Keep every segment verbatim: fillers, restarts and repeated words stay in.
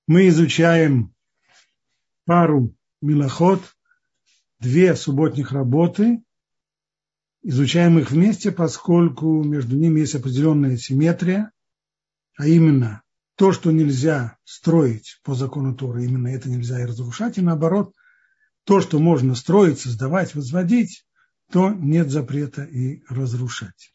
Мы изучаем пару милахот, две субботних работы, изучаем их вместе, поскольку между ними есть определенная симметрия, а именно то, что нельзя строить по закону Торы, именно это нельзя и разрушать, и наоборот, то, что можно строить, создавать, возводить, то нет запрета и разрушать.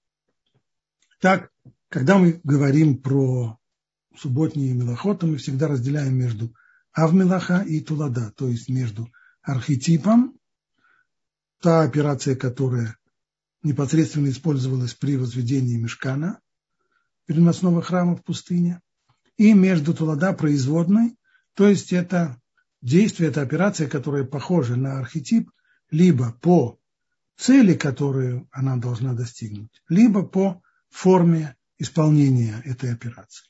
Так, когда мы говорим про субботние милахот, мы всегда разделяем между авмилаха и тулада, то есть между архетипом, та операция, которая непосредственно использовалась при возведении мишкана, переносного храма в пустыне, и между тулада производной, то есть это действие, это операция, которая похожа на архетип, либо по цели, которую она должна достигнуть, либо по форме исполнения этой операции.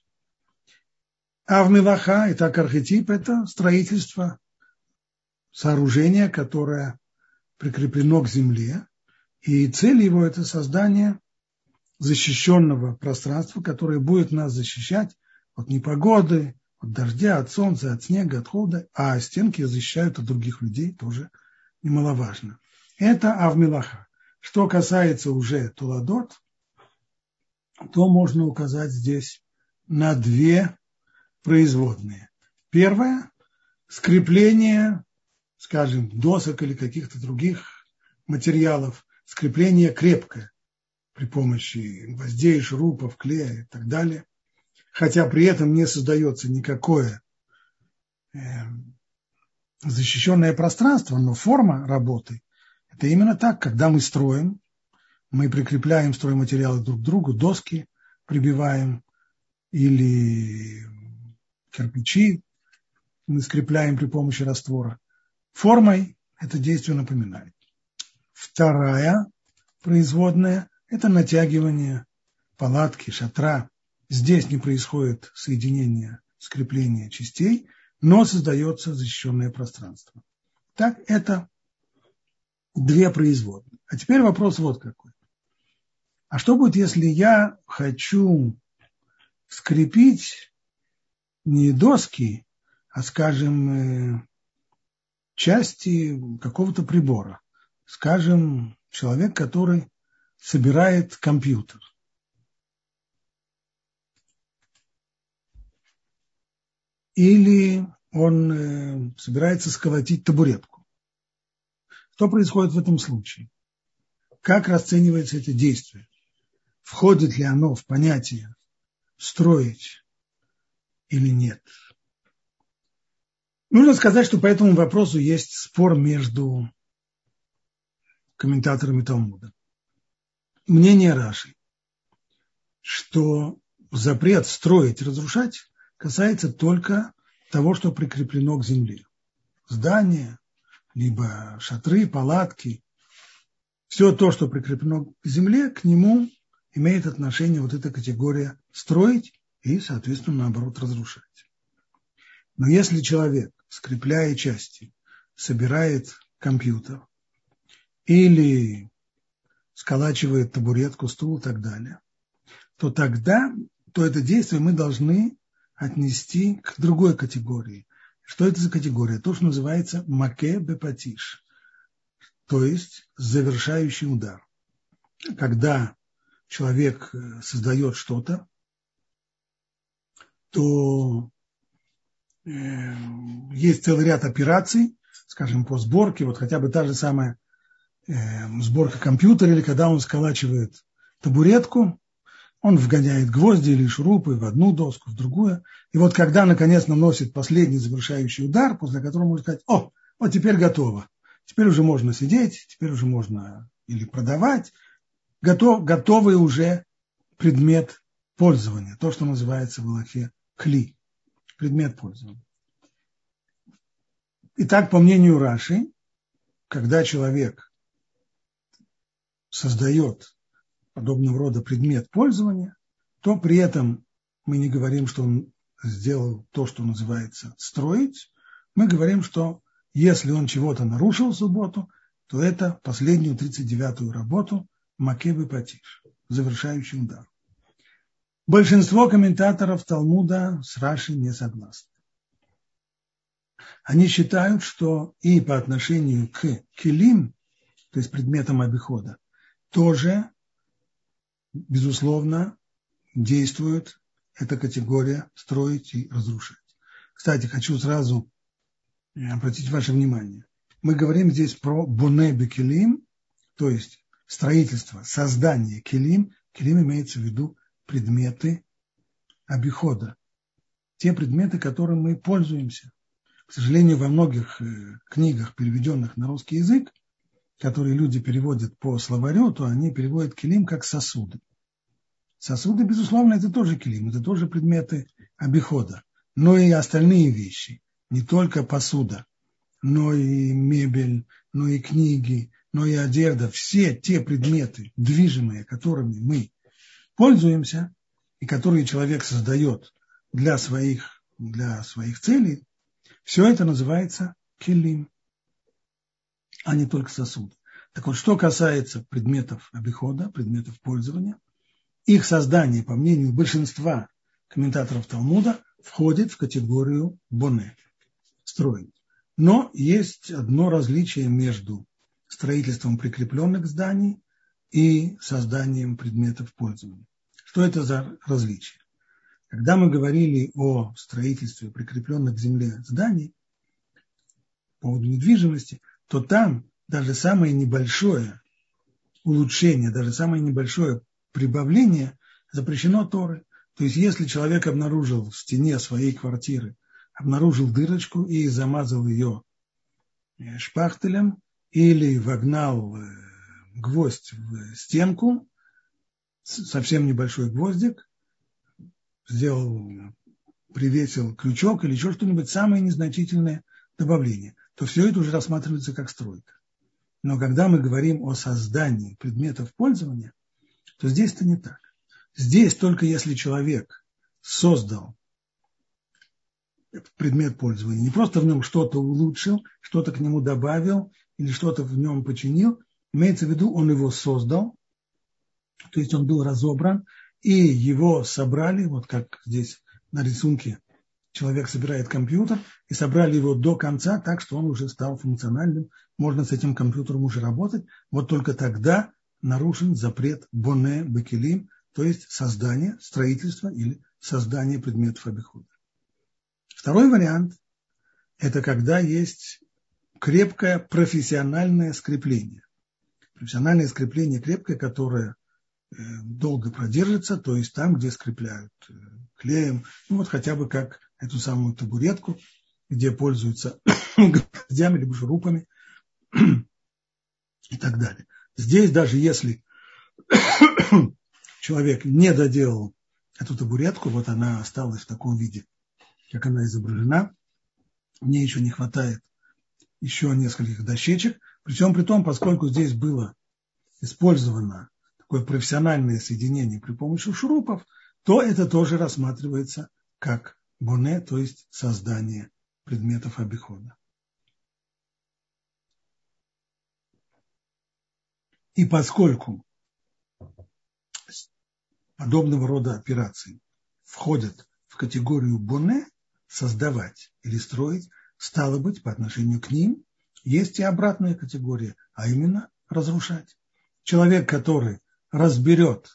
Авмилаха, и так архетип, это строительство сооружения, которое прикреплено к земле, и цель его – это создание защищенного пространства, которое будет нас защищать от непогоды, от дождя, от солнца, от снега, от холода, а стенки защищают от других людей, тоже немаловажно. Это авмилаха. Что касается уже туладот, то можно указать здесь на две производные. Первое – скрепление, скажем, досок или каких-то других материалов, скрепление крепкое при помощи гвоздей, шурупов, клея и так далее, хотя при этом не создается никакое э, защищенное пространство, но форма работы – это именно так, когда мы строим, мы прикрепляем стройматериалы друг к другу, доски прибиваем или кирпичи мы скрепляем при помощи раствора. Формой это действие напоминает. Вторая производная – это натягивание палатки, шатра. Здесь не происходит соединение, скрепление частей, но создается защищенное пространство. Так, это две производные. А теперь вопрос вот какой. А что будет, если я хочу скрепить не доски, а, скажем, части какого-то прибора? Скажем, человек, который собирает компьютер. Или он э, собирается сколотить табуретку. Что происходит в этом случае? Как расценивается это действие? Входит ли оно в понятие строить или нет? Нужно сказать, что по этому вопросу есть спор между комментаторами Талмуда. Мнение Раши, что запрет строить и разрушать касается только того, что прикреплено к земле. Здания, либо шатры, палатки. Все то, что прикреплено к земле, к нему имеет отношение вот эта категория строить и, соответственно, наоборот, разрушать. Но если человек, скрепляя части, собирает компьютер или сколачивает табуретку, стул и так далее, то тогда то это действие мы должны отнести к другой категории. Что это за категория? То, что называется маке бепатиш, то есть завершающий удар. Когда человек создает что-то, то э, есть целый ряд операций, скажем, по сборке, вот хотя бы та же самая э, сборка компьютера, или когда он сколачивает табуретку, он вгоняет гвозди или шурупы в одну доску, в другую. И вот когда, наконец, наносит последний завершающий удар, после которого можно сказать: о, вот теперь готово. Теперь уже можно сидеть, теперь уже можно или продавать. Готов, готовый уже предмет пользования. То, что называется в галахе кли. Предмет пользования. Итак, по мнению Раши, когда человек создает подобного рода предмет пользования, то при этом мы не говорим, что он сделал то, что называется строить. Мы говорим, что если он чего-то нарушил в субботу, то это последнюю тридцать девятую работу маке бепатиш, завершающий удар. Большинство комментаторов Талмуда с Раши не согласны. Они считают, что и по отношению к келим, то есть предметам обихода, тоже, безусловно, действует эта категория строить и разрушать. Кстати, хочу сразу обратить ваше внимание. Мы говорим здесь про боне бекелим, то есть строительство, создание келим. Келим имеется в виду предметы обихода. Те предметы, которыми мы пользуемся. К сожалению, во многих книгах, переведенных на русский язык, которые люди переводят по словарю, то они переводят келим как сосуды. Сосуды, безусловно, это тоже келим, это тоже предметы обихода. Но и остальные вещи, не только посуда, но и мебель, но и книги, но и одежда, все те предметы, движимые, которыми мы пользуемся, и которые человек создает для своих, для своих целей, все это называется келим, а не только сосуды. Так вот, что касается предметов обихода, предметов пользования, их создание, по мнению большинства комментаторов Талмуда, входит в категорию боне, строить. Но есть одно различие между строительством прикрепленных зданий и созданием предметов пользования. Что это за различие? Когда мы говорили о строительстве прикрепленных к земле зданий по поводу недвижимости, то там даже самое небольшое улучшение, даже самое небольшое прибавление запрещено Торой. То есть, если человек обнаружил в стене своей квартиры, обнаружил дырочку и замазал ее шпахтелем или вогнал гвоздь в стенку, совсем небольшой гвоздик, сделал, привесил крючок или еще что-нибудь, самое незначительное добавление, то все это уже рассматривается как стройка. Но когда мы говорим о создании предметов пользования, то здесь это не так. Здесь только если человек создал предмет пользования, не просто в нем что-то улучшил, что-то к нему добавил или что-то в нем починил, имеется в виду, он его создал, то есть он был разобран, и его собрали, вот как здесь на рисунке человек собирает компьютер, и собрали его до конца так, что он уже стал функциональным, можно с этим компьютером уже работать, вот только тогда нарушен запрет боне бекелим, то есть создание, строительство или создание предметов обихода. Второй вариант – это когда есть крепкое профессиональное скрепление. Профессиональное скрепление крепкое, которое долго продержится, то есть там, где скрепляют клеем, ну вот хотя бы как эту самую табуретку, где пользуются гвоздями либо шурупами и так далее. Здесь даже если человек не доделал эту табуретку, вот она осталась в таком виде, как она изображена, мне еще не хватает еще нескольких дощечек, причем при том, поскольку здесь было использовано такое профессиональное соединение при помощи шурупов, то это тоже рассматривается как боне, то есть создание предметов обихода. И поскольку подобного рода операции входят в категорию боне, создавать или строить, стало быть, по отношению к ним есть и обратная категория, а именно разрушать. Человек, который разберет,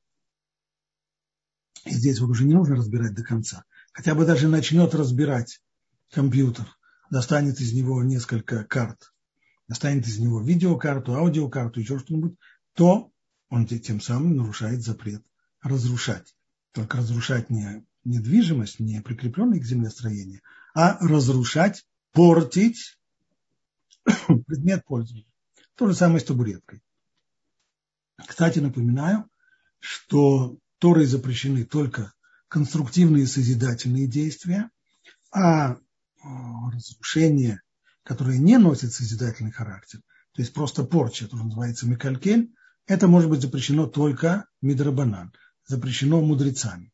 и здесь вот уже не нужно разбирать до конца, хотя бы даже начнет разбирать компьютер, достанет из него несколько карт, достанет из него видеокарту, аудиокарту, еще что-нибудь, то он тем самым нарушает запрет разрушать. Только разрушать не недвижимость, не прикрепленное к земле строение, а разрушать, портить предмет пользования. То же самое с табуреткой. Кстати, напоминаю, что Торой запрещены только конструктивные и созидательные действия, а разрушение, которое не носит созидательный характер, то есть просто порча, это называется микалькель, это может быть запрещено только мидрабанан, запрещено мудрецами.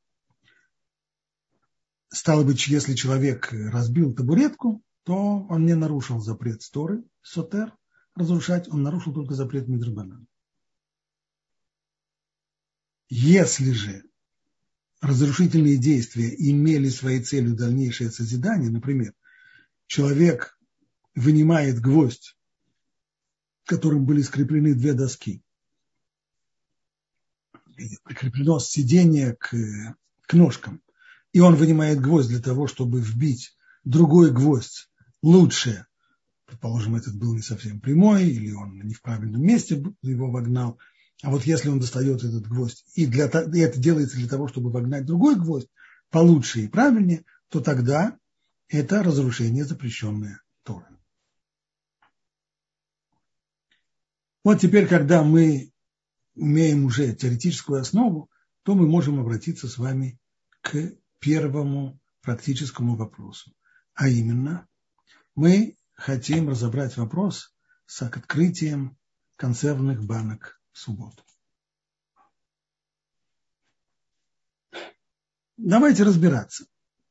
Стало быть, если человек разбил табуретку, то он не нарушил запрет Торы, сотер, разрушать, он нарушил только запрет мидрабанан. Если же разрушительные действия имели своей целью дальнейшее созидание, например, человек вынимает гвоздь, которым были скреплены две доски, прикреплено сиденье к, к ножкам, и он вынимает гвоздь для того, чтобы вбить другой гвоздь лучше, предположим, этот был не совсем прямой, или он не в правильном месте его вогнал, а вот если он достает этот гвоздь, и, для, и это делается для того, чтобы вогнать другой гвоздь получше и правильнее, то тогда это разрушение, запрещенное Торой. Вот теперь, когда мы имеем уже теоретическую основу, то мы можем обратиться с вами к первому практическому вопросу. А именно, мы хотим разобрать вопрос с открытием консервных банок в субботу. Давайте разбираться.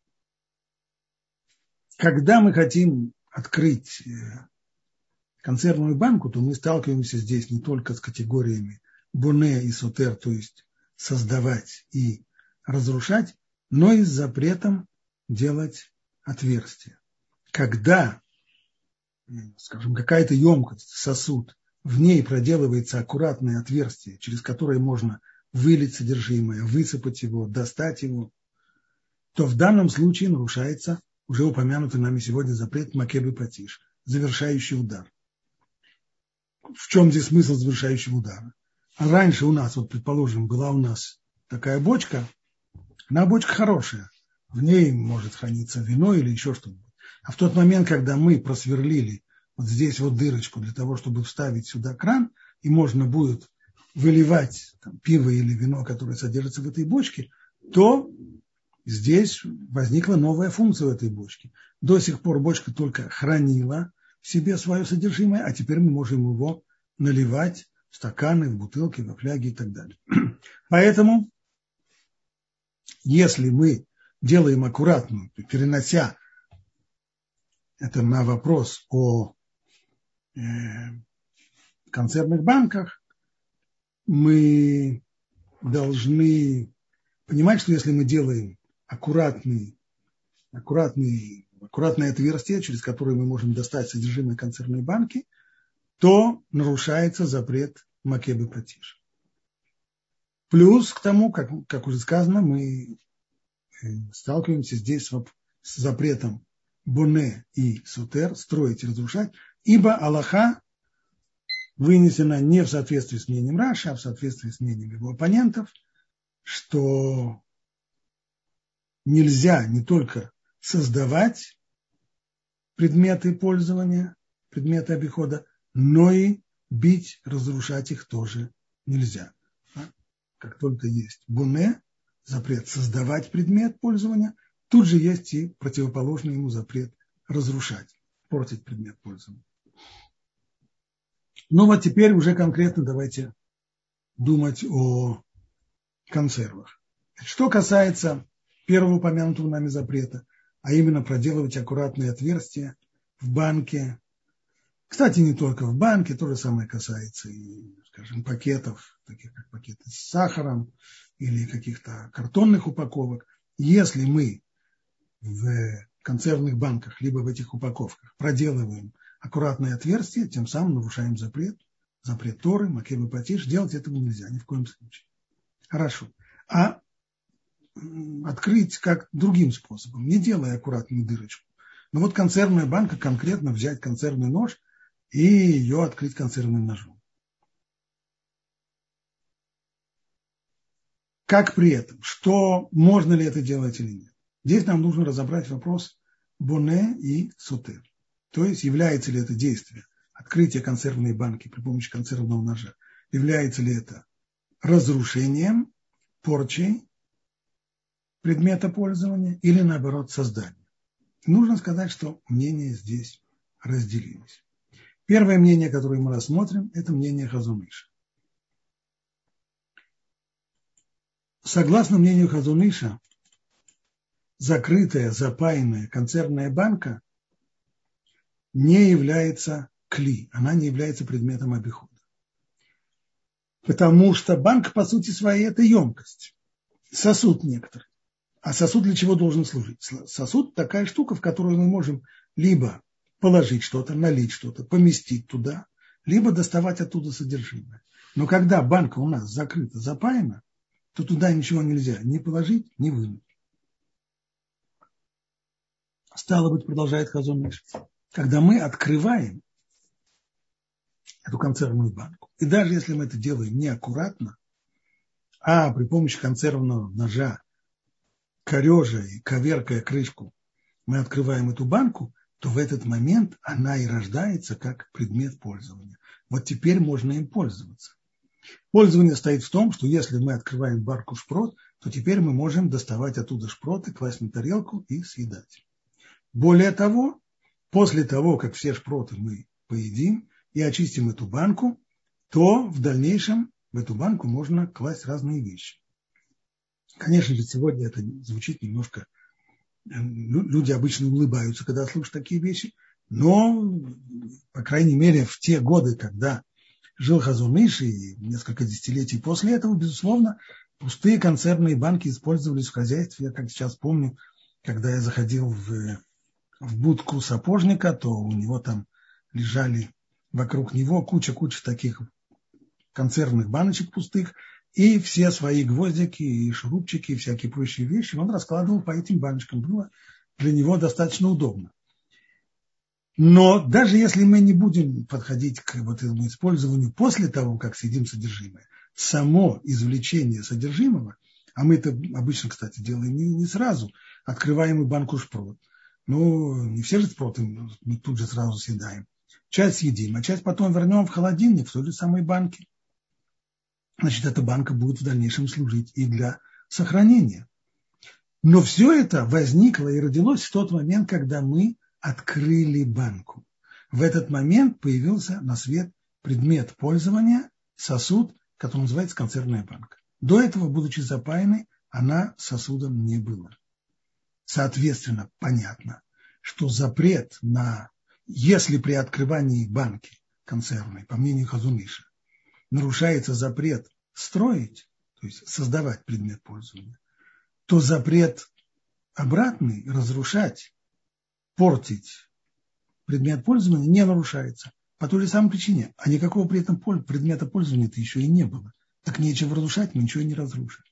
Когда мы хотим открыть консервную банку, то мы сталкиваемся здесь не только с категориями боне и сотер, то есть создавать и разрушать, но и с запретом делать отверстия. Когда, скажем, какая-то емкость, сосуд, в ней проделывается аккуратное отверстие, через которое можно вылить содержимое, высыпать его, достать его, то в данном случае нарушается уже упомянутый нами сегодня запрет маке бепатиш, завершающий удар. В чем здесь смысл завершающего удара? А раньше у нас, вот предположим, была у нас такая бочка, она бочка хорошая, в ней может храниться вино или еще что-нибудь. А в тот момент, когда мы просверлили вот здесь вот дырочку для того, чтобы вставить сюда кран, и можно будет выливать там, пиво или вино, которое содержится в этой бочке, то здесь возникла новая функция в этой бочке. До сих пор бочка только хранила в себе свое содержимое, а теперь мы можем его наливать в стаканы, в бутылки, во фляги и так далее. Поэтому, если мы делаем аккуратно, перенося это на вопрос о э, консервных банках, мы должны понимать, что если мы делаем аккуратный, аккуратный, аккуратное отверстие, через которое мы можем достать содержимое консервной банки, то нарушается запрет маке бепатиш. Плюс к тому, как, как уже сказано, мы сталкиваемся здесь с запретом боне и сотер, строить и разрушать, ибо алаха вынесена не в соответствии с мнением Раши, а в соответствии с мнением его оппонентов, что нельзя не только создавать предметы пользования, предметы обихода, но и бить, разрушать их тоже нельзя. Как только есть боне, запрет создавать предмет пользования, тут же есть и противоположный ему запрет разрушать, портить предмет пользования. Ну вот теперь уже конкретно давайте думать о консервах. Что касается первого упомянутого нами запрета, а именно проделывать аккуратные отверстия в банке. Кстати, не только в банке, то же самое касается и, скажем, пакетов, таких как пакеты с сахаром или каких-то картонных упаковок. Если мы в консервных банках, либо в этих упаковках проделываем аккуратные отверстия, тем самым нарушаем запрет, запрет Торы, маке бепатиш, делать этого нельзя, ни в коем случае. Хорошо. А открыть как другим способом, не делая аккуратную дырочку. Но вот консервная банка, конкретно взять консервный нож и ее открыть консервным ножом. Как при этом? Что, можно ли это делать или нет? Здесь нам нужно разобрать вопрос боне и сотер. То есть, является ли это действие, открытие консервной банки при помощи консервного ножа, является ли это разрушением, порчей предмета пользования или, наоборот, созданием. Нужно сказать, что мнения здесь разделились. Первое мнение, которое мы рассмотрим, это мнение Хазон Иша. Согласно мнению Хазон Иша, закрытая, запаянная консервная банка не является кли, она не является предметом обихода. Потому что банка, по сути своей, это емкость, сосуд некоторый. А сосуд для чего должен служить? Сосуд – такая штука, в которую мы можем либо положить что-то, налить что-то, поместить туда, либо доставать оттуда содержимое. Но когда банка у нас закрыта, запаяна, то туда ничего нельзя ни положить, ни вынуть. Стало быть, продолжает Хазон Иш, когда мы открываем эту консервную банку, и даже если мы это делаем неаккуратно, а при помощи консервного ножа, корежа и коверкая крышку, мы открываем эту банку, то в этот момент она и рождается как предмет пользования. Вот теперь можно им пользоваться. Пользование стоит в том, что если мы открываем банку шпрот, то теперь мы можем доставать оттуда шпроты, класть на тарелку и съедать. Более того, после того, как все шпроты мы поедим и очистим эту банку, то в дальнейшем в эту банку можно класть разные вещи. Конечно же, сегодня это звучит немножко... Люди обычно улыбаются, когда слышат такие вещи, но, по крайней мере, в те годы, когда жил Хазон Иш, и несколько десятилетий после этого, безусловно, пустые консервные банки использовались в хозяйстве. Я как сейчас помню, когда я заходил в, в будку сапожника, то у него там лежали вокруг него куча-куча таких консервных баночек пустых, и все свои гвоздики и шурупчики и всякие прочие вещи он раскладывал по этим баночкам. Было для него достаточно удобно. Но даже если мы не будем подходить к вот этому использованию после того, как съедим содержимое, само извлечение содержимого, а мы это обычно, кстати, делаем не, не сразу, открываем и банку шпрот. Ну, не все же шпроты мы тут же сразу съедаем. Часть съедим, а часть потом вернем в холодильник в той же самой банке. Значит, эта банка будет в дальнейшем служить и для сохранения. Но все это возникло и родилось в тот момент, когда мы открыли банку. В этот момент появился на свет предмет пользования, сосуд, который называется консервная банка. До этого, будучи запаянной, она сосудом не была. Соответственно, понятно, что запрет на, если при открывании банки консервной, по мнению Хазон Иша, нарушается запрет строить, то есть создавать предмет пользования, то запрет обратный, разрушать, портить предмет пользования не нарушается. По той же самой причине. А никакого при этом предмета пользования-то еще и не было. Так нечего разрушать, мы ничего не разрушим.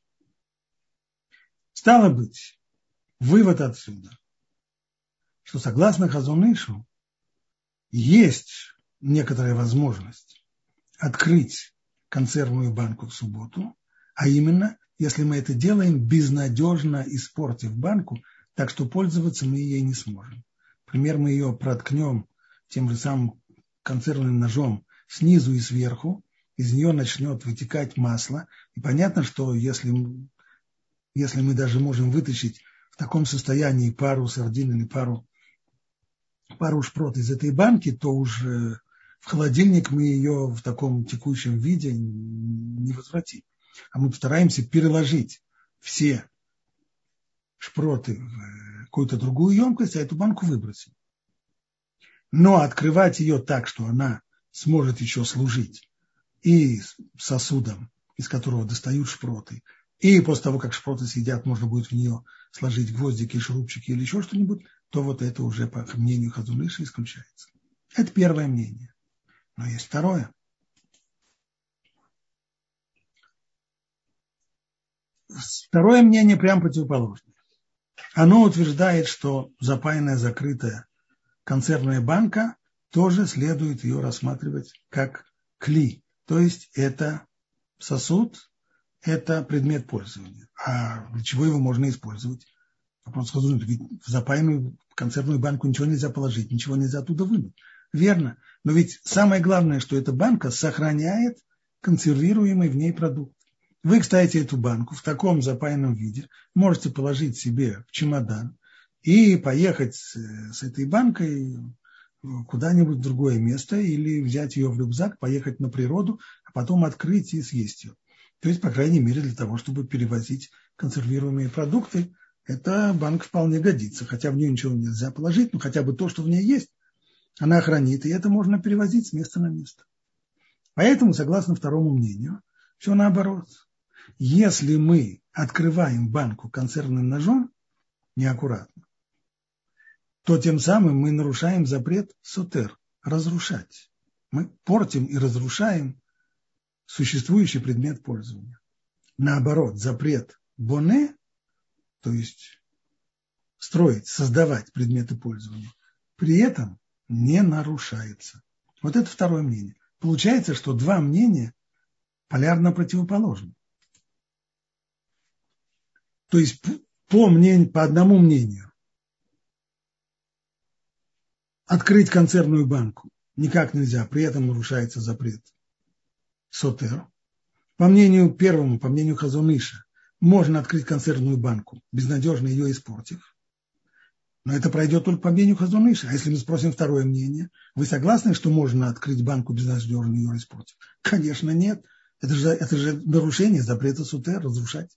Стало быть, вывод отсюда, что согласно Хазон Ишу есть некоторая возможность открыть консервную банку в субботу, а именно, если мы это делаем, безнадежно испортив банку, так что пользоваться мы ей не сможем. Например, мы ее проткнем тем же самым консервным ножом снизу и сверху, из нее начнет вытекать масло, и понятно, что если, если мы даже можем вытащить в таком состоянии пару сардин или пару, пару шпрот из этой банки, то уже в холодильник мы ее в таком текущем виде не возвратим. А мы постараемся переложить все шпроты в какую-то другую емкость, а эту банку выбросим. Но открывать ее так, что она сможет еще служить и сосудом, из которого достают шпроты, и после того, как шпроты съедят, можно будет в нее сложить гвоздики, шурупчики или еще что-нибудь, то вот это уже, по мнению Хазон Иша, исключается. Это первое мнение. Но есть второе. Второе мнение прямо противоположное. Оно утверждает, что запаянная, закрытая консервная банка тоже следует ее рассматривать как кли. То есть это сосуд, это предмет пользования. А для чего его можно использовать? Вопрос Хазон Иша, ведь в запаянную консервную банку ничего нельзя положить, ничего нельзя оттуда вынуть. Верно. Но ведь самое главное, что эта банка сохраняет консервируемый в ней продукт. Вы, кстати, эту банку в таком запаянном виде можете положить себе в чемодан и поехать с этой банкой куда-нибудь в другое место или взять ее в рюкзак, поехать на природу, а потом открыть и съесть ее. То есть, по крайней мере, для того, чтобы перевозить консервируемые продукты, эта банка вполне годится. Хотя в нее ничего нельзя положить, но хотя бы то, что в ней есть, она хранит, и это можно перевозить с места на место. Поэтому, согласно второму мнению, все наоборот. Если мы открываем банку консервным ножом неаккуратно, то тем самым мы нарушаем запрет сотер – разрушать. Мы портим и разрушаем существующий предмет пользования. Наоборот, запрет боне, то есть строить, создавать предметы пользования, при этом не нарушается. Вот это второе мнение. Получается, что два мнения полярно противоположны. То есть по, мнению, по одному мнению открыть консервную банку никак нельзя, при этом нарушается запрет сотер. По мнению первому, по мнению Хазон Иша, можно открыть консервную банку, безнадежно ее испортив. Но это пройдет только по мнению Хазон Иша. А если мы спросим второе мнение, вы согласны, что можно открыть банку безнадежно ее испортив? Конечно, нет. Это же, это же нарушение запрета сотер, разрушать.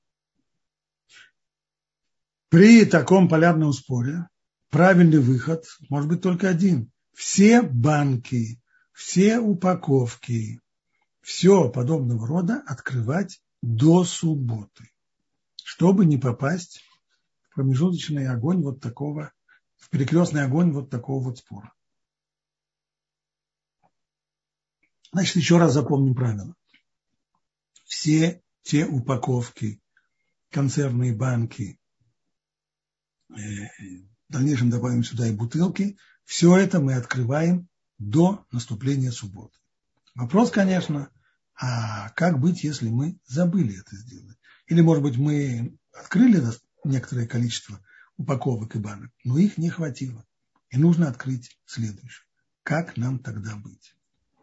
При таком полярном споре правильный выход может быть только один. Все банки, все упаковки, все подобного рода открывать до субботы, чтобы не попасть в промежуточный огонь вот такого, в перекрестный огонь вот такого вот спора. Значит, еще раз запомним правило. Все те упаковки, консервные банки, в дальнейшем добавим сюда и бутылки, все это мы открываем до наступления субботы. Вопрос, конечно, а как быть, если мы забыли это сделать? Или, может быть, мы открыли некоторое количество упаковок и банок, но их не хватило, и нужно открыть следующее. Как нам тогда быть?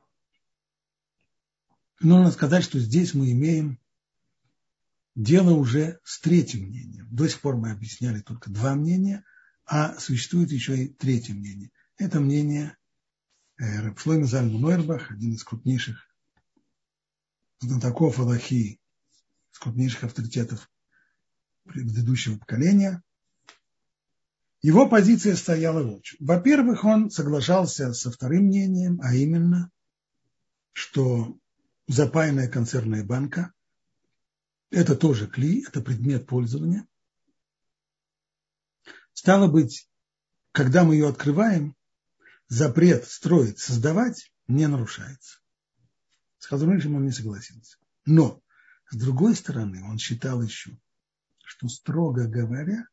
Нужно сказать, что здесь мы имеем дело уже с третьим мнением. До сих пор мы объясняли только два мнения, а существует еще и третье мнение. Это мнение Реб Шлоймо Зальман Ойрбах, один из крупнейших знатоков алахи, из крупнейших авторитетов предыдущего поколения. Его позиция стояла вот. Во-первых, он соглашался со вторым мнением, а именно, что запаянная консервная банка – это тоже кли, это предмет пользования. Стало быть, когда мы ее открываем, запрет строить, создавать не нарушается. С Хазон Ишем он не согласился. Но, с другой стороны, он считал еще, что, строго говоря,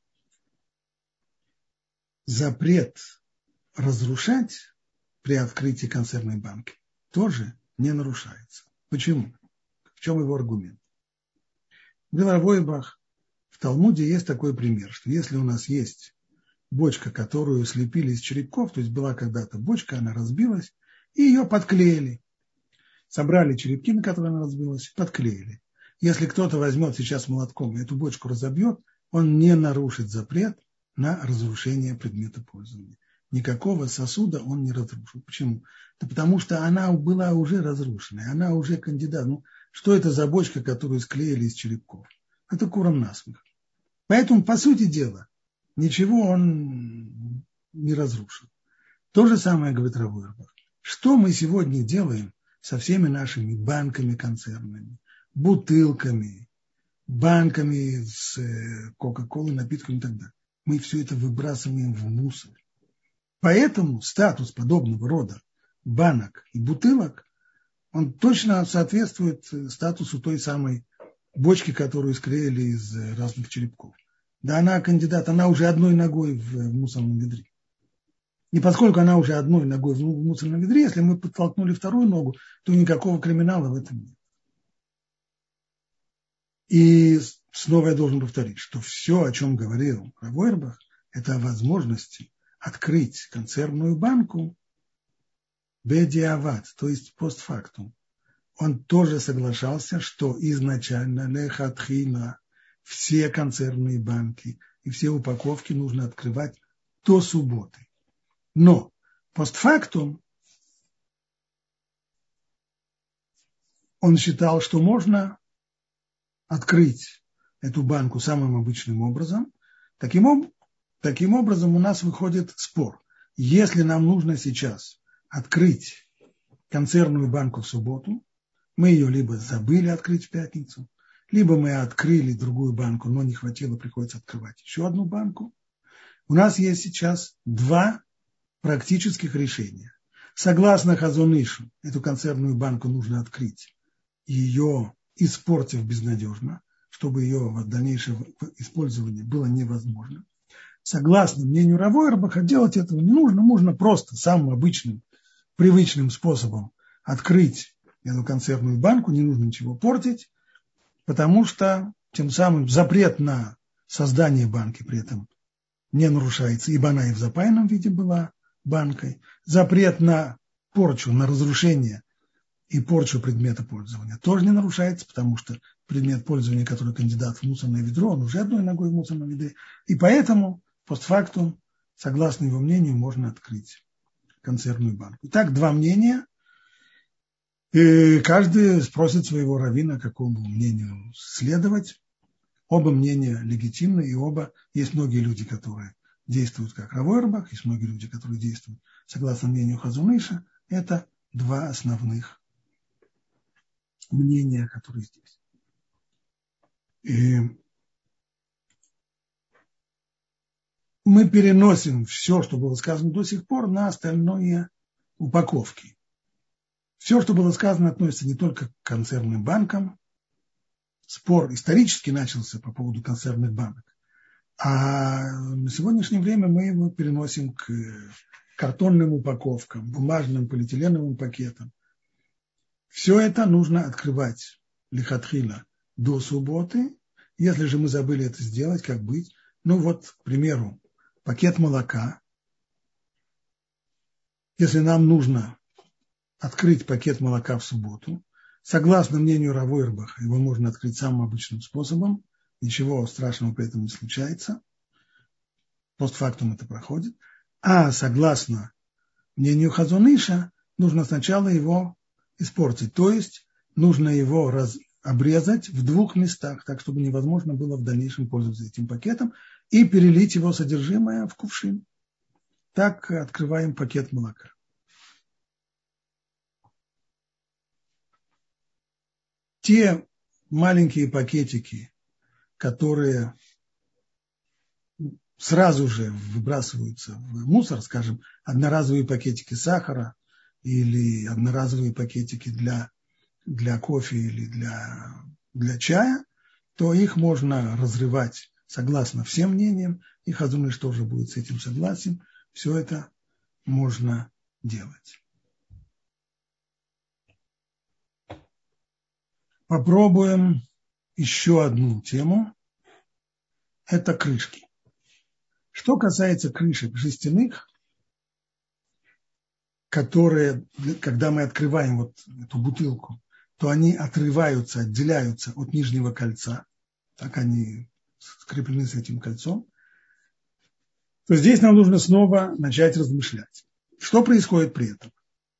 запрет разрушать при открытии консервной банки тоже не нарушается. Почему? В чем его аргумент? Рав Ойрбах, в Талмуде есть такой пример, что если у нас есть бочка, которую слепили из черепков, то есть была когда-то бочка, она разбилась, и ее подклеили. Собрали черепки, на которые она разбилась, подклеили. Если кто-то возьмет сейчас молотком и эту бочку разобьет, он не нарушит запрет на разрушение предмета пользования. Никакого сосуда он не разрушил. Почему? Да потому что она была уже разрушенная, она уже кандидат. Ну, что это за бочка, которую склеили из черепков? Это курам насмех. Поэтому, по сути дела, ничего он не разрушил. То же самое говорит Рав Ойрбах. Что мы сегодня делаем со всеми нашими банками консервными, бутылками, банками с кока-колой, напитками и так далее? Мы все это выбрасываем в мусор. Поэтому статус подобного рода банок и бутылок, он точно соответствует статусу той самой бочки, которую склеили из разных черепков. Да она кандидат, она уже одной ногой в мусорном ведре. И поскольку она уже одной ногой в мусорном ведре, если мы подтолкнули вторую ногу, то никакого криминала в этом нет. И снова я должен повторить, что все, о чем говорил Рав Ойрбах, это о возможности открыть консервную банку бедиават, то есть постфактум. Он тоже соглашался, что изначально лехатхила все консервные банки и все упаковки нужно открывать до субботы. Но постфактум он считал, что можно открыть эту банку самым обычным образом. Таким, об, таким образом у нас выходит спор. Если нам нужно сейчас открыть консервную банку в субботу, мы ее либо забыли открыть в пятницу, либо мы открыли другую банку, но не хватило, приходится открывать еще одну банку. У нас есть сейчас два практических решения. Согласно Хазон Ишу, эту консервную банку нужно открыть, ее испортив безнадежно, чтобы ее в дальнейшем использовании было невозможно. Согласно мнению Рав Ойербаха, делать этого не нужно, можно просто самым обычным, привычным способом открыть эту консервную банку, не нужно ничего портить, потому что тем самым запрет на создание банки при этом не нарушается, ибо она и в запаянном виде была банкой. Запрет на порчу, на разрушение и порчу предмета пользования тоже не нарушается, потому что предмет пользования, который кандидат в мусорное ведро, он уже одной ногой в мусорном ведре. И поэтому, постфактум, согласно его мнению, можно открыть консервную банку. Итак, два мнения. И каждый спросит своего раввина, какому мнению следовать. Оба мнения легитимны, и оба, есть многие люди, которые действуют как Рав Ойербах, есть многие люди, которые действуют согласно мнению Хазон Иша. Это два основных мнения, которые здесь. И мы переносим все, что было сказано до сих пор, на остальные упаковки. Все, что было сказано, относится не только к консервным банкам. Спор исторически начался по поводу консервных банок. А на сегодняшнее время мы его переносим к картонным упаковкам, бумажным, полиэтиленовым пакетам. Все это нужно открывать лихатхила до субботы. Если же мы забыли это сделать, как быть? Ну вот, к примеру, пакет молока. Если нам нужно открыть пакет молока в субботу, согласно мнению Рав Ойербаха, его можно открыть самым обычным способом. Ничего страшного при этом не случается. Постфактум это проходит. А согласно мнению Хазон Иша, нужно сначала его испортить. То есть нужно его раз, обрезать в двух местах, так чтобы невозможно было в дальнейшем пользоваться этим пакетом, и перелить его содержимое в кувшин. Так открываем пакет молока. Те маленькие пакетики, которые сразу же выбрасываются в мусор, скажем, одноразовые пакетики сахара или одноразовые пакетики для, для кофе или для, для чая, то их можно разрывать согласно всем мнениям, и Хазон Иш тоже будет с этим согласен. Все это можно делать. Попробуем еще одну тему. Это крышки. Что касается крышек жестяных, которые, когда мы открываем вот эту бутылку, то они отрываются, отделяются от нижнего кольца, так они скреплены с этим кольцом, то здесь нам нужно снова начать размышлять. Что происходит при этом?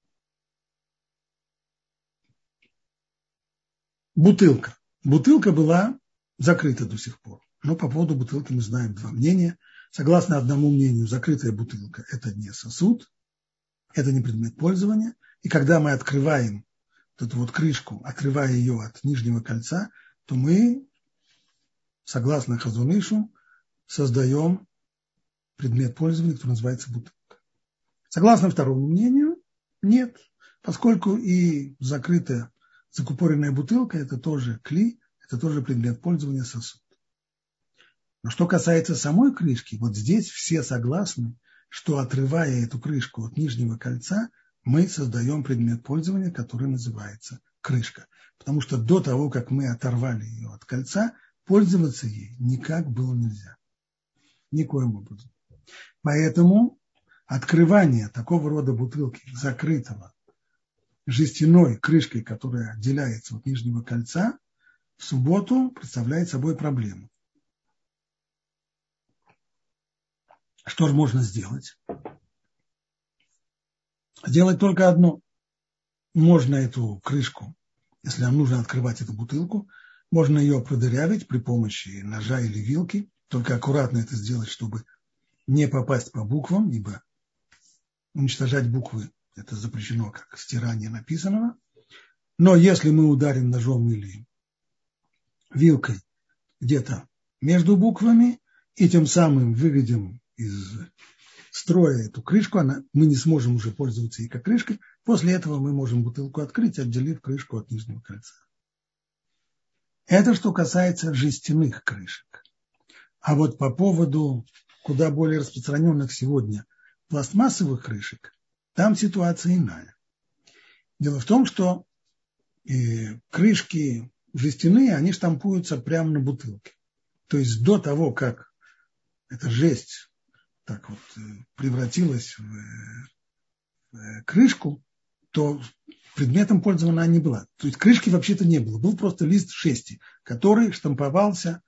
Бутылка. Бутылка была закрыта до сих пор. Но по поводу бутылки мы знаем два мнения. Согласно одному мнению, закрытая бутылка – это не сосуд, это не предмет пользования. И когда мы открываем вот эту вот крышку, отрывая ее от нижнего кольца, то мы, согласно Хазон Ишу, создаем предмет пользования, который называется бутылка. Согласно второму мнению, нет, поскольку и закрытая, закупоренная бутылка – это тоже кли, это тоже предмет пользования, сосуд. Но что касается самой крышки, вот здесь все согласны, что отрывая эту крышку от нижнего кольца, мы создаем предмет пользования, который называется крышка. Потому что до того, как мы оторвали ее от кольца, пользоваться ей никак было нельзя. Никоим образом. Поэтому открывание такого рода бутылки, закрытого жестяной крышкой, которая отделяется от нижнего кольца, в субботу представляет собой проблему. Что же можно сделать? Сделать только одно. Можно эту крышку, если нам нужно открывать эту бутылку, можно ее продырявить при помощи ножа или вилки. Только аккуратно это сделать, чтобы не попасть по буквам, ибо уничтожать буквы – это запрещено как стирание написанного. Но если мы ударим ножом или вилкой где-то между буквами и тем самым выведем из строя эту крышку, она, мы не сможем уже пользоваться ей как крышкой. После этого мы можем бутылку открыть, отделив крышку от нижнего кольца. Это что касается жестяных крышек. А вот по поводу куда более распространенных сегодня пластмассовых крышек, там ситуация иная. Дело в том, что э, крышки жестяные, они штампуются прямо на бутылке. То есть до того, как эта жесть так вот э, превратилась в, в крышку, то предметом пользования она не была. То есть крышки вообще-то не было. Был просто лист жести, который штамповался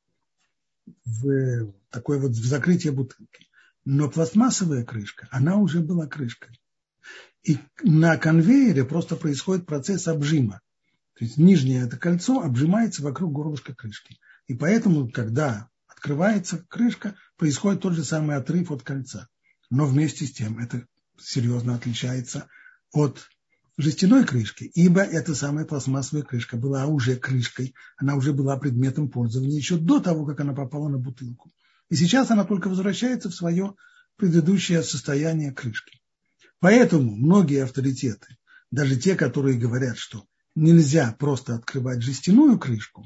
в такой вот в закрытие бутылки. Но пластмассовая крышка, она уже была крышкой. И на конвейере просто происходит процесс обжима. То есть нижнее это кольцо обжимается вокруг горлышка крышки. И поэтому, когда открывается крышка, происходит тот же самый отрыв от кольца. Но вместе с тем это серьезно отличается от жестяной крышки, ибо эта самая пластмассовая крышка была уже крышкой, она уже была предметом пользования еще до того, как она попала на бутылку. И сейчас она только возвращается в свое предыдущее состояние крышки. Поэтому многие авторитеты, даже те, которые говорят, что нельзя просто открывать жестяную крышку,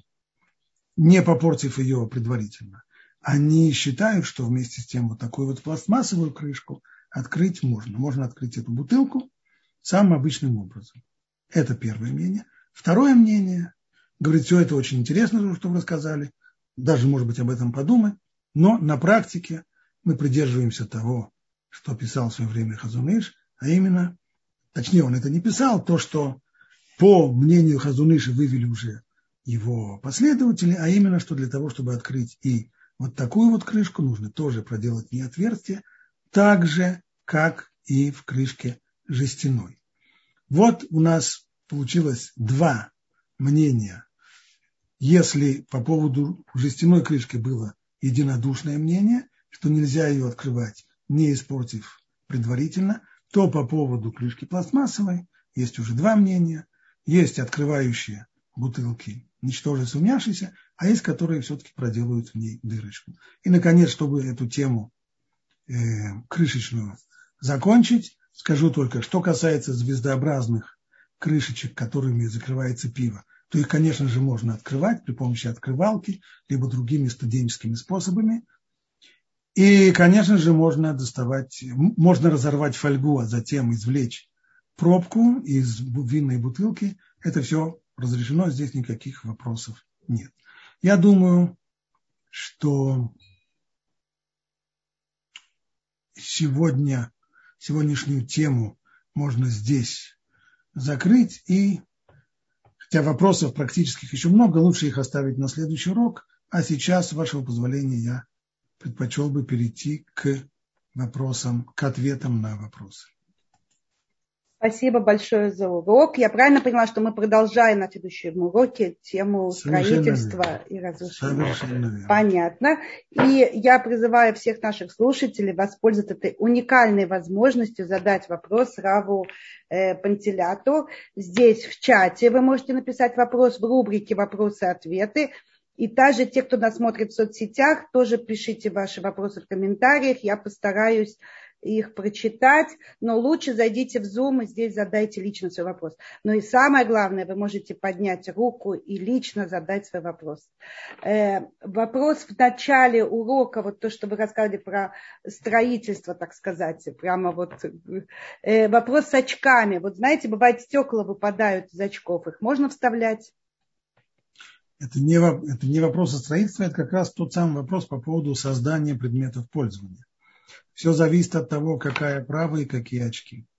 не попортив ее предварительно, они считают, что вместе с тем вот такую вот пластмассовую крышку открыть можно. Можно открыть эту бутылку самым обычным образом. Это первое мнение. Второе мнение, говорит, все это очень интересно, что вы рассказали, даже, может быть, об этом подумать, но на практике мы придерживаемся того, что писал в свое время Хазон Иш, а именно, точнее, он это не писал, то, что по мнению Хазон Иша вывели уже его последователи, а именно, что для того, чтобы открыть и вот такую вот крышку, нужно тоже проделать не отверстие, так же, как и в крышке жестяной. Вот у нас получилось два мнения. Если по поводу жестяной крышки было единодушное мнение, что нельзя ее открывать, не испортив предварительно, то по поводу крышки пластмассовой есть уже два мнения. Есть открывающие бутылки, ничтоже сумняшися, а есть, которые все-таки проделывают в ней дырочку. И, наконец, чтобы эту тему э, крышечную закончить, скажу только, что касается звездообразных крышечек, которыми закрывается пиво, то их, конечно же, можно открывать при помощи открывалки, либо другими студенческими способами. И, конечно же, можно доставать, можно разорвать фольгу, а затем извлечь пробку из винной бутылки. Это все разрешено, здесь никаких вопросов нет. Я думаю, что сегодня, сегодняшнюю тему можно здесь закрыть. И, хотя вопросов практических еще много, лучше их оставить на следующий урок. А сейчас, с вашего позволения, я предпочел бы перейти к вопросам, к ответам на вопросы. Спасибо большое за урок. Я правильно поняла, что мы продолжаем на следующем уроке тему строительства и разрушения? Понятно. И я призываю всех наших слушателей воспользоваться этой уникальной возможностью задать вопрос Раву э, Пантеляту. Здесь в чате вы можете написать вопрос в рубрике «Вопросы-ответы». И также те, кто нас смотрит в соцсетях, тоже пишите ваши вопросы в комментариях. Я постараюсь их прочитать, но лучше зайдите в Zoom и здесь задайте лично свой вопрос. Но и самое главное, вы можете поднять руку и лично задать свой вопрос. Э, вопрос в начале урока, вот то, что вы рассказывали про строительство, так сказать, прямо вот э, вопрос с очками. Вот знаете, бывает, стекла выпадают из очков, их можно вставлять? Это не, это не вопрос о строительстве, это как раз тот самый вопрос по поводу создания предметов пользования. Все зависит от того, какая оправа и какие очки.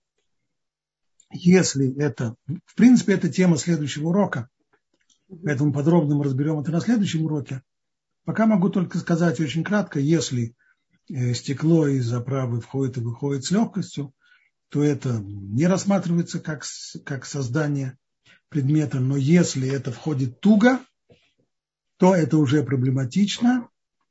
Если это, в принципе, это тема следующего урока, поэтому подробно мы разберем это на следующем уроке. Пока могу только сказать очень кратко, если стекло из оправы входит и выходит с легкостью, то это не рассматривается как, как создание предмета, но если это входит туго, то это уже проблематично,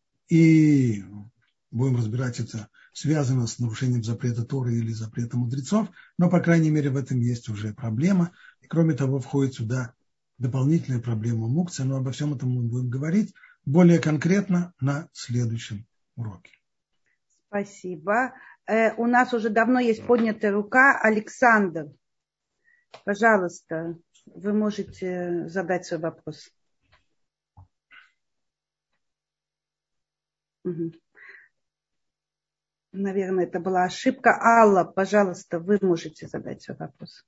и будем разбирать это, связано с нарушением запрета Торы или запрета мудрецов, но, по крайней мере, в этом есть уже проблема. И, кроме того, входит сюда дополнительная проблема мукция, но обо всем этом мы будем говорить более конкретно на следующем уроке. Спасибо. Э, у нас уже давно есть поднятая рука. Александр, пожалуйста, вы можете задать свой вопрос. Угу. Наверное, это была ошибка. Алла, пожалуйста, вы можете задать свой вопрос.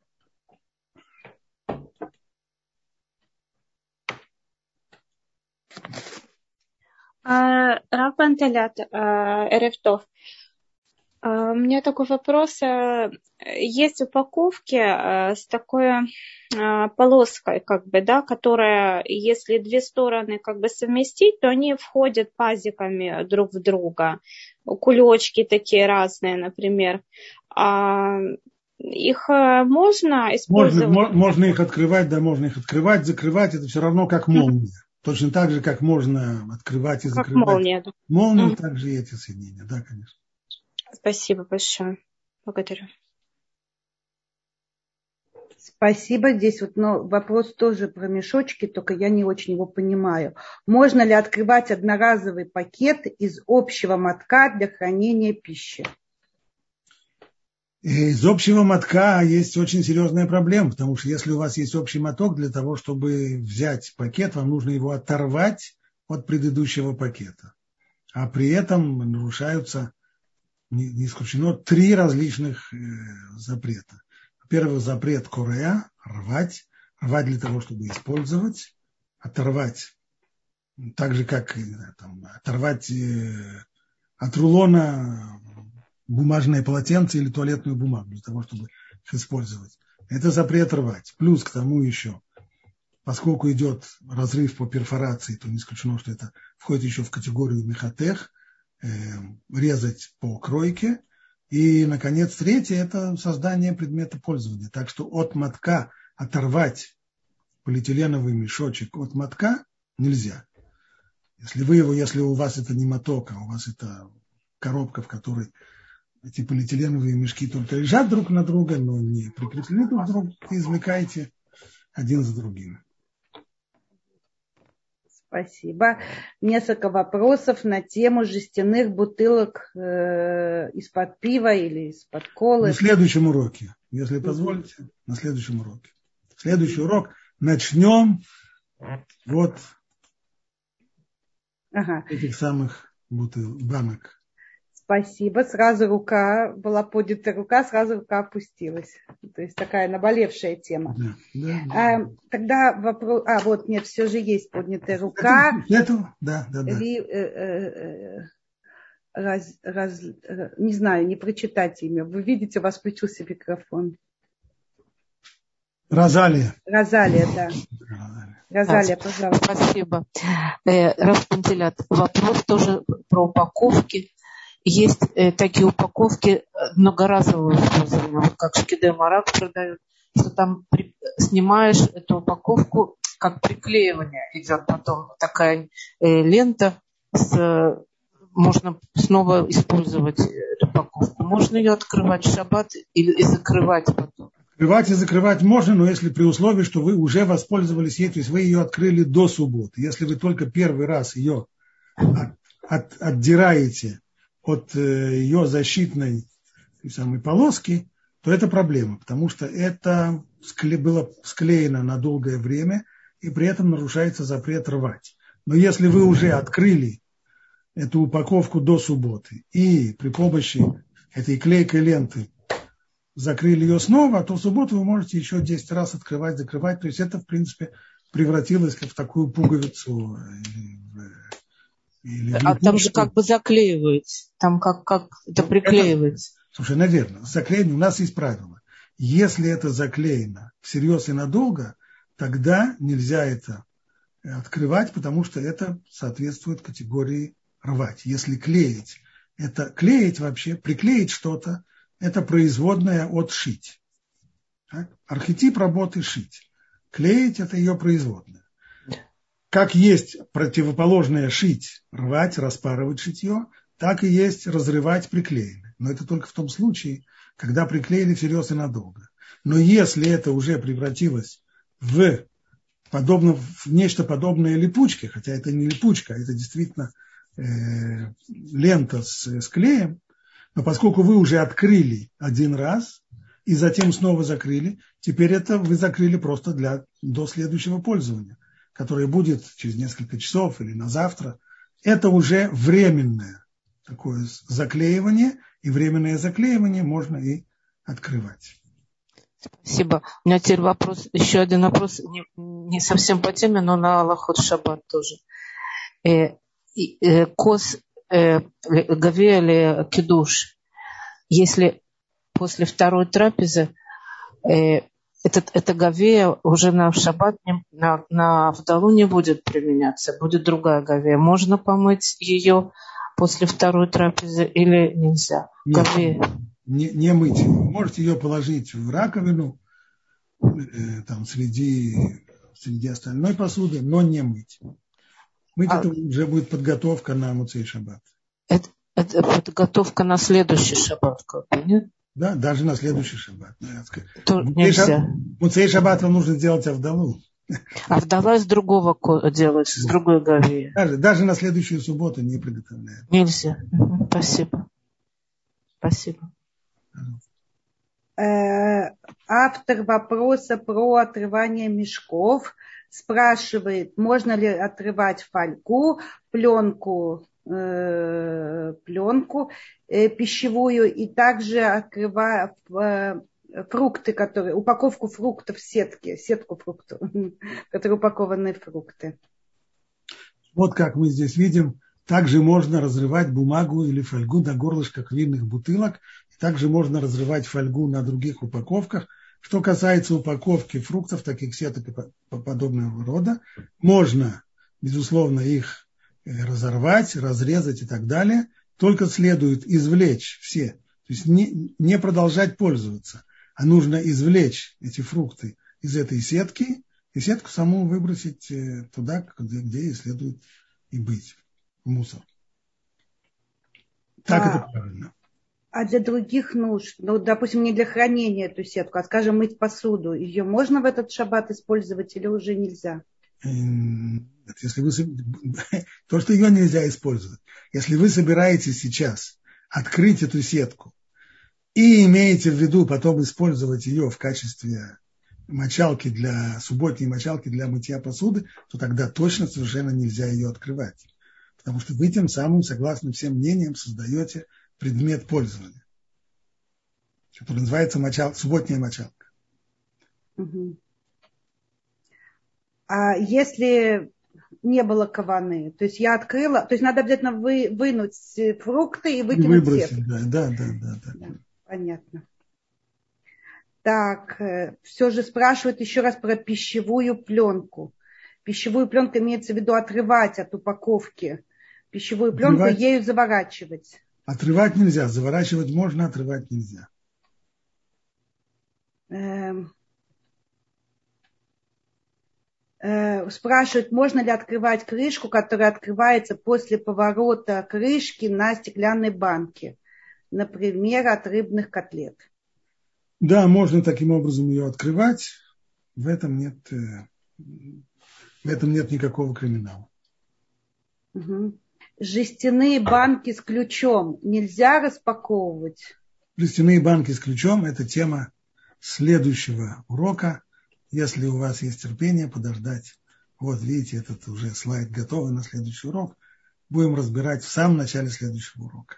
Рав Пантелят, эрев тов. У меня такой вопрос. Есть упаковки с такой полоской, как бы, да, которая, если две стороны как бы совместить, то они входят пазиками друг в друга. Кулечки такие разные, например. Их можно использовать? Можно, можно их открывать, да, можно их открывать, закрывать. Это все равно как молния. Точно так же, как можно открывать и закрывать как молния. молнию, mm. также и эти соединения, да, конечно. Спасибо большое. Благодарю. Спасибо. Здесь вот ну, вопрос тоже про мешочки, только я не очень его понимаю. Можно ли открывать одноразовый пакет из общего мотка для хранения пищи? Из общего мотка есть очень серьезная проблема, потому что если у вас есть общий моток, для того, чтобы взять пакет, вам нужно его оторвать от предыдущего пакета. А при этом нарушаются, не исключено, три различных запрета. Во-первых, запрет корея, рвать, рвать для того, чтобы использовать, оторвать, так же, как там, оторвать от рулона бумажное полотенце или туалетную бумагу для того, чтобы их использовать. Это запрет рвать. Плюс к тому еще, поскольку идет разрыв по перфорации, то не исключено, что это входит еще в категорию мехатех, э, резать по кройке. И, наконец, третье – это создание предмета пользования. Так что от мотка оторвать полиэтиленовый мешочек от мотка нельзя. Если вы его, если у вас это не моток, а у вас это коробка, в которой эти полиэтиленовые мешки только лежат друг на друга, но не прикреплены друг к другу, извлекайте один за другим. Спасибо. Несколько вопросов на тему жестяных бутылок э, из-под пива или из-под колы. На следующем уроке, если позволите, mm-hmm. на следующем уроке. Следующий урок начнем вот ага. этих самых бутылок, банок. Спасибо. Сразу рука была поднята, рука, сразу рука опустилась. То есть такая наболевшая тема. Да, да, да. А, тогда вопрос... А, вот, нет, все же есть поднятая рука. Нету? Да, да, да. Ри, э, э, раз, раз, не знаю, не прочитать имя. Вы видите, у вас включился микрофон. Розалия. Розалия, да. Розалия, да, пожалуйста. Спасибо. Э, Рав Пантелят, вопрос тоже про упаковки. Есть э, такие упаковки многоразового использования, вот как Шкиде Марак продают, что там при, снимаешь эту упаковку, как приклеивание идет потом такая э, лента, с, э, можно снова использовать эту упаковку. Можно ее открывать в шаббат или и закрывать потом? Открывать и закрывать можно, но если при условии, что вы уже воспользовались ей, то есть вы ее открыли до субботы. Если вы только первый раз ее от, от, отдираете от ее защитной самой полоски, то это проблема, потому что это было склеено на долгое время, и при этом нарушается запрет рвать. Но если вы уже открыли эту упаковку до субботы и при помощи этой клейкой ленты закрыли ее снова, то в субботу вы можете еще десять раз открывать, закрывать. То есть это, в принципе, превратилось в такую пуговицу или а там же как бы заклеивается, там как, как это приклеивается. Это, слушай, наверное, заклеение, у нас есть правило. Если это заклеено всерьез и надолго, тогда нельзя это открывать, потому что это соответствует категории рвать. Если клеить, это клеить вообще, приклеить что-то, это производное от шить. Так? Архетип работы шить. Клеить – это ее производное. Как есть противоположное шить, рвать, распарывать шитье, так и есть разрывать приклеенное. Но это только в том случае, когда приклеили всерьез и надолго. Но если это уже превратилось в, подобно, в нечто подобное липучке, хотя это не липучка, это действительно э, лента с, с клеем, но поскольку вы уже открыли один раз и затем снова закрыли, теперь это вы закрыли просто для, до следующего пользования, которое будет через несколько часов или на завтра. Это уже временное такое заклеивание, и временное заклеивание можно и открывать. Спасибо. У меня теперь вопрос, еще один вопрос, не, не совсем по теме, но на Алахот Шаббат тоже. Э, э, кос э, гавея или кидуш, если после второй трапезы э, этот, эта гавея уже на шаббат, не, на, на вдалу не будет применяться, будет другая гавея. Можно помыть ее после второй трапезы или нельзя? Нет, гавея. Не, не мыть. Можете ее положить в раковину э, там, среди, среди остальной посуды, но не мыть. Мыть а, это уже будет подготовка на Муцей Шаббат. Это, это подготовка на следующий шаббат, как бы, нет? Да, даже на следующий шаббат. Муцей Шаббат вам нужно сделать авдалу. Авдала из другого делать, с другой гавеи. Даже, даже на следующую субботу не приготовляют. Нельзя. Угу, спасибо. Спасибо. Автор вопроса про отрывание мешков спрашивает, можно ли отрывать фольгу, пленку, э, пленку э, пищевую и также открывая э, фрукты, которые, упаковку фруктов в сетке, сетку фруктов, которые упакованы фрукты. Вот как мы здесь видим, также можно разрывать бумагу или фольгу на горлышках винных бутылок, также можно разрывать фольгу на других упаковках. Что касается упаковки фруктов, таких сеток и подобного рода, можно, безусловно, их разорвать, разрезать и так далее, только следует извлечь все, то есть не, не продолжать пользоваться, а нужно извлечь эти фрукты из этой сетки и сетку саму выбросить туда, где, где и следует и быть, в мусор. Так а, это правильно. А для других нужд, ну, допустим, не для хранения эту сетку, а, скажем, мыть посуду, ее можно в этот шаббат использовать или уже нельзя? Если вы, то, что ее нельзя использовать. Если вы собираетесь сейчас открыть эту сетку и имеете в виду потом использовать ее в качестве мочалки для, субботней мочалки для мытья посуды, то тогда точно совершенно нельзя ее открывать. Потому что вы тем самым, согласно всем мнениям, создаете предмет пользования, который называется мочал, субботняя мочалка. Угу. А если не было каваны, то есть я открыла, то есть надо обязательно вы, вынуть фрукты и выкинуть и выбросить, сетку. Да, да, да, да, да. да. Понятно. Так, все же спрашивают еще раз про пищевую пленку. Пищевую пленку имеется в виду отрывать от упаковки. Пищевую пленку отрывать, ею заворачивать. Отрывать нельзя, заворачивать можно, отрывать нельзя. Эм, э, спрашивают, можно ли открывать крышку, которая открывается после поворота крышки на стеклянной банке, например, от рыбных котлет. Да, можно таким образом ее открывать. В этом нет, в этом нет никакого криминала. Угу. Жестяные банки с ключом нельзя распаковывать? Жестяные банки с ключом – это тема следующего урока. Если у вас есть терпение подождать, вот видите, этот уже слайд готовый на следующий урок. Будем разбирать в самом начале следующего урока.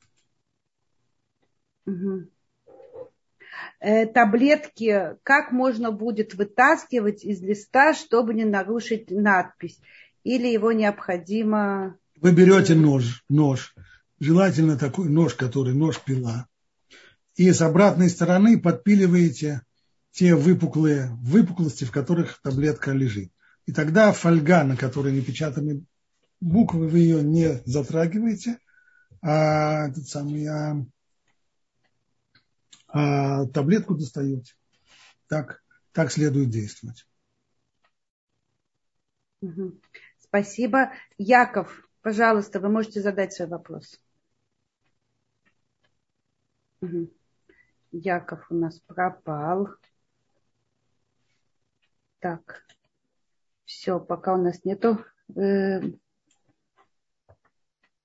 Угу. Э, таблетки как можно будет вытаскивать из листа, чтобы не нарушить надпись? Или его необходимо... Вы берете нож, нож, желательно такой нож, который нож-пила, и с обратной стороны подпиливаете те выпуклые выпуклости, в которых таблетка лежит. И тогда фольга, на которой напечатаны буквы, вы ее не затрагиваете, а, этот самый, а, а таблетку достаете. Так, так следует действовать. Угу. Спасибо. Яков, пожалуйста, вы можете задать свой вопрос. Угу. Яков у нас пропал. Так. Все, пока у нас нету. Э,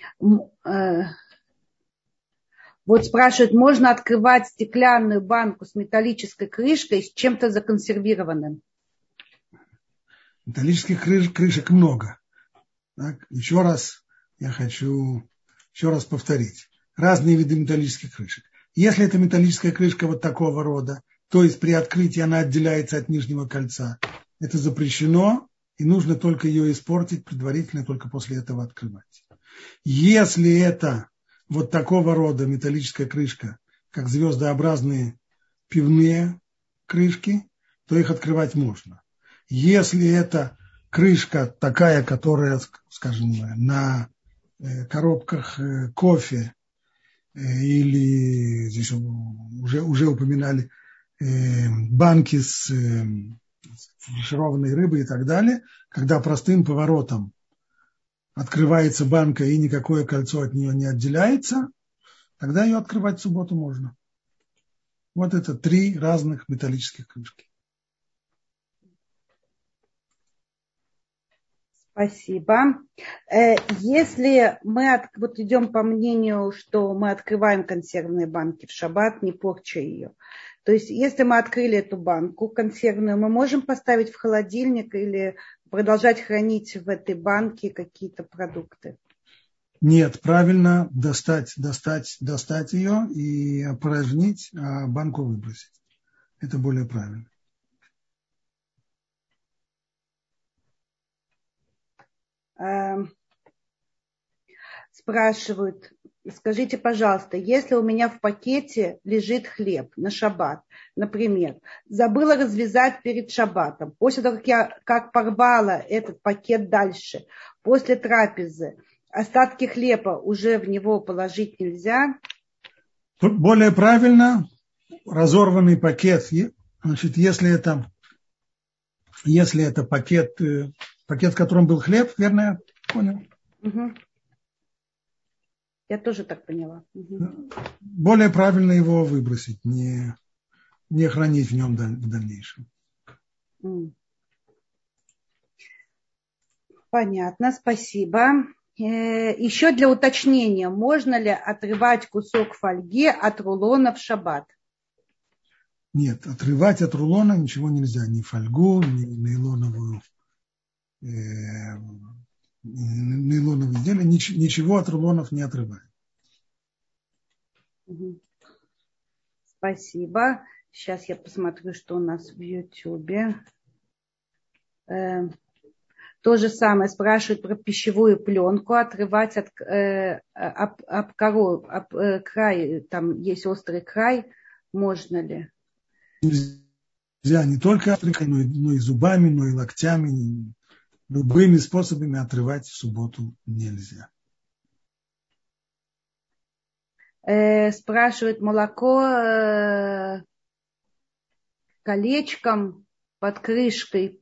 Вот спрашивают, можно открывать стеклянную банку с металлической крышкой с чем-то законсервированным? Металлических крыш, крышек много. Так, еще раз я хочу еще раз повторить. Разные виды металлических крышек. Если это металлическая крышка вот такого рода, то есть при открытии она отделяется от нижнего кольца, это запрещено, и нужно только ее испортить предварительно, только после этого открывать. Если это вот такого рода металлическая крышка, как звездообразные пивные крышки, то их открывать можно. Если это крышка такая, которая, скажем, на коробках кофе, или здесь уже, уже упоминали банки с фаршированной рыбой и так далее, когда простым поворотом открывается банка и никакое кольцо от нее не отделяется, тогда ее открывать в субботу можно. Вот это три разных металлических крышки. Спасибо. Если мы от, вот идем по мнению, что мы открываем консервные банки в шаббат, не порча ее. То есть, если мы открыли эту банку консервную, мы можем поставить в холодильник или продолжать хранить в этой банке какие-то продукты? Нет, правильно достать, достать, достать ее и опорожнить, а банку выбросить. Это более правильно. Спрашивают, скажите, пожалуйста, если у меня в пакете лежит хлеб на шаббат, например, забыла развязать перед шаббатом, после того, как я как порвала этот пакет дальше, после трапезы, остатки хлеба уже в него положить нельзя? Тут более правильно разорванный пакет, значит, если это, если это пакет, пакет, в котором был хлеб, верно я понял? Угу. Я тоже так поняла. Угу. Более правильно его выбросить, не, не хранить в нем в дальнейшем. Понятно, спасибо. Еще для уточнения, можно ли отрывать кусок фольги от рулона в шаббат? Нет, отрывать от рулона ничего нельзя, ни фольгу, ни нейлоновую, э, нейлоновые изделия, ничего, ничего от рулонов не отрываем. Спасибо. Сейчас я посмотрю, что у нас в Ютубе. Э, то же самое спрашивают про пищевую пленку, отрывать от, э, об, об, кору, об э, край, там есть острый край, можно ли? Нельзя не только отрывать, но и, но и зубами, но и локтями, любыми способами отрывать в субботу нельзя. Э, спрашивают, молоко э, колечком под крышкой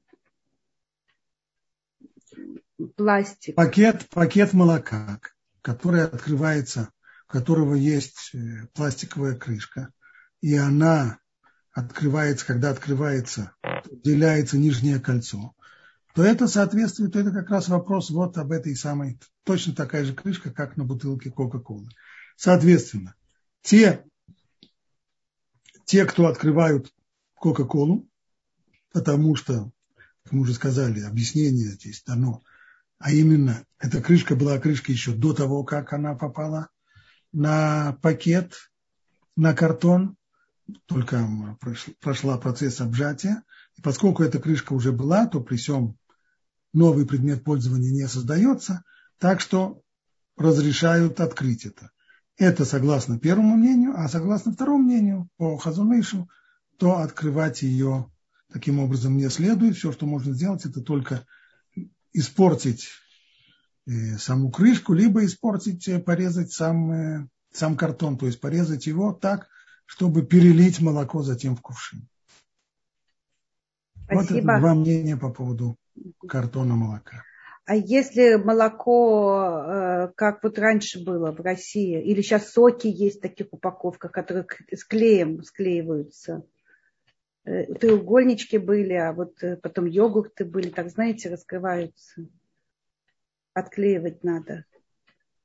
пластик. Пакет, пакет молока, который открывается, у которого есть пластиковая крышка, и она открывается, когда открывается, отделяется нижнее кольцо, то это соответствует, то это как раз вопрос вот об этой самой, точно такая же крышка, как на бутылке Кока-Колы. Соответственно, те, те, кто открывают Кока-Колу, потому что, как мы уже сказали, объяснение здесь дано, а именно, эта крышка была крышкой еще до того, как она попала на пакет, на картон, только прошла процесс обжатия. И поскольку эта крышка уже была, то при всем новый предмет пользования не создается, так что разрешают открыть это. Это согласно первому мнению, а согласно второму мнению, по Хазон Ишу, то открывать ее таким образом не следует. Все, что можно сделать, это только испортить э, саму крышку, либо испортить, э, порезать сам, э, сам картон, то есть порезать его так, чтобы перелить молоко затем в кувшин. Спасибо. Вот это два мнения по поводу картона молока. А если молоко, как вот раньше было в России, или сейчас соки есть в таких упаковках, которые с клеем склеиваются, треугольнички были, а вот потом йогурты были, так знаете, раскрываются, отклеивать надо.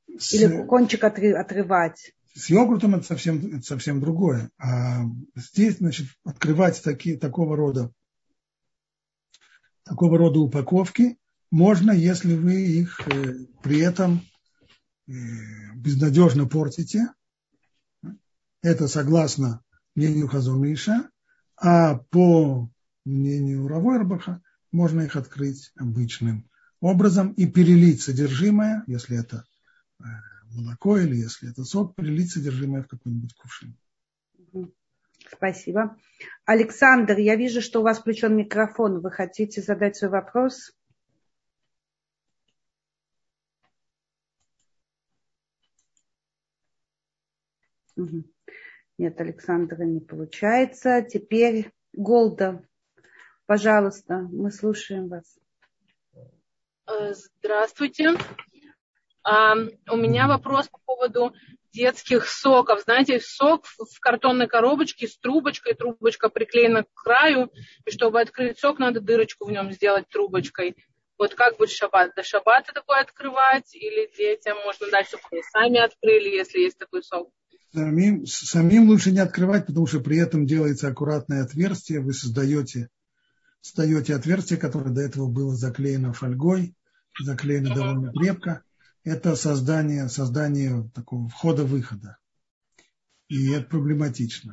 С, Или кончик отрывать? С йогуртом это совсем, это совсем другое. А здесь, значит, открывать такие, такого рода, такого рода упаковки можно, если вы их э, при этом э, безнадежно портите. Это согласно мнению Хазон Иша. А по мнению Рав Ойрбаха можно их открыть обычным образом и перелить содержимое, если это молоко или если это сок, перелить содержимое в какой-нибудь кувшин. Спасибо. Александр, я вижу, что у вас включен микрофон. Вы хотите задать свой вопрос? Нет, Александра не получается. Теперь Голда. Пожалуйста, мы слушаем вас. Здравствуйте. А, у меня вопрос по поводу детских соков. Знаете, сок в картонной коробочке с трубочкой, трубочка приклеена к краю, и чтобы открыть сок, надо дырочку в нем сделать трубочкой. Вот как будет шаббат? До шаббата такое открывать? Или детям можно дать, чтобы они сами открыли, если есть такой сок? Самим, самим лучше не открывать, потому что при этом делается аккуратное отверстие. Вы создаете, создаете отверстие, которое до этого было заклеено фольгой, заклеено довольно крепко. Это создание, создание такого входа-выхода. И это проблематично.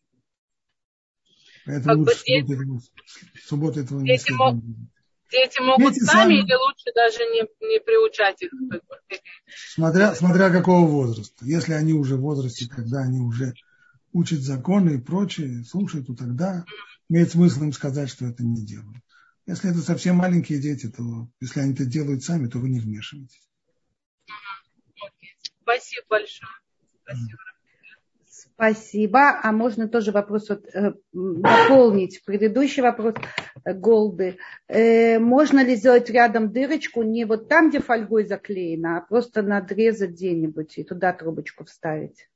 Поэтому лучше в субботу этого не следует. Дети могут дети сами, сами или лучше даже не, не приучать их? Смотря, смотря какого возраста. Если они уже в возрасте, когда они уже учат законы и прочее, слушают, то тогда имеет смысл им сказать, что это не делают. Если это совсем маленькие дети, то если они это делают сами, то вы не вмешиваетесь. Спасибо большое. Спасибо. Спасибо. А можно тоже вопрос вот, э, дополнить предыдущий вопрос э, Голды. Э, можно ли сделать рядом дырочку не вот там, где фольгой заклеена, а просто надрезать где-нибудь и туда трубочку вставить?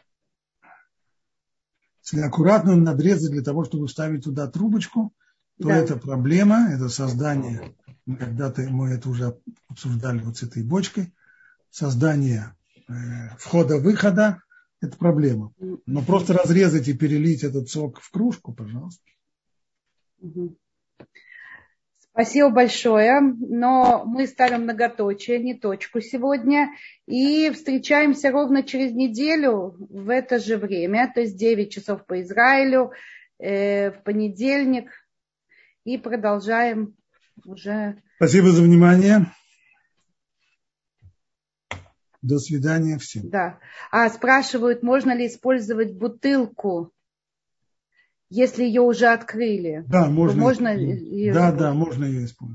Если аккуратно надрезать для того, чтобы вставить туда трубочку, то да. Это проблема, это создание, когда-то мы это уже обсуждали вот с этой бочкой, создание э, входа-выхода. Это проблема. Но просто разрезать и перелить этот сок в кружку, пожалуйста. Спасибо большое. Но мы ставим многоточие, не точку сегодня. И встречаемся ровно через неделю в это же время. То есть девять часов по Израилю э, в понедельник. И продолжаем уже. Спасибо за внимание. До свидания всем. Да. А спрашивают, можно ли использовать бутылку, если ее уже открыли? Да, можно. можно ее... ее... Да, да, можно ее использовать.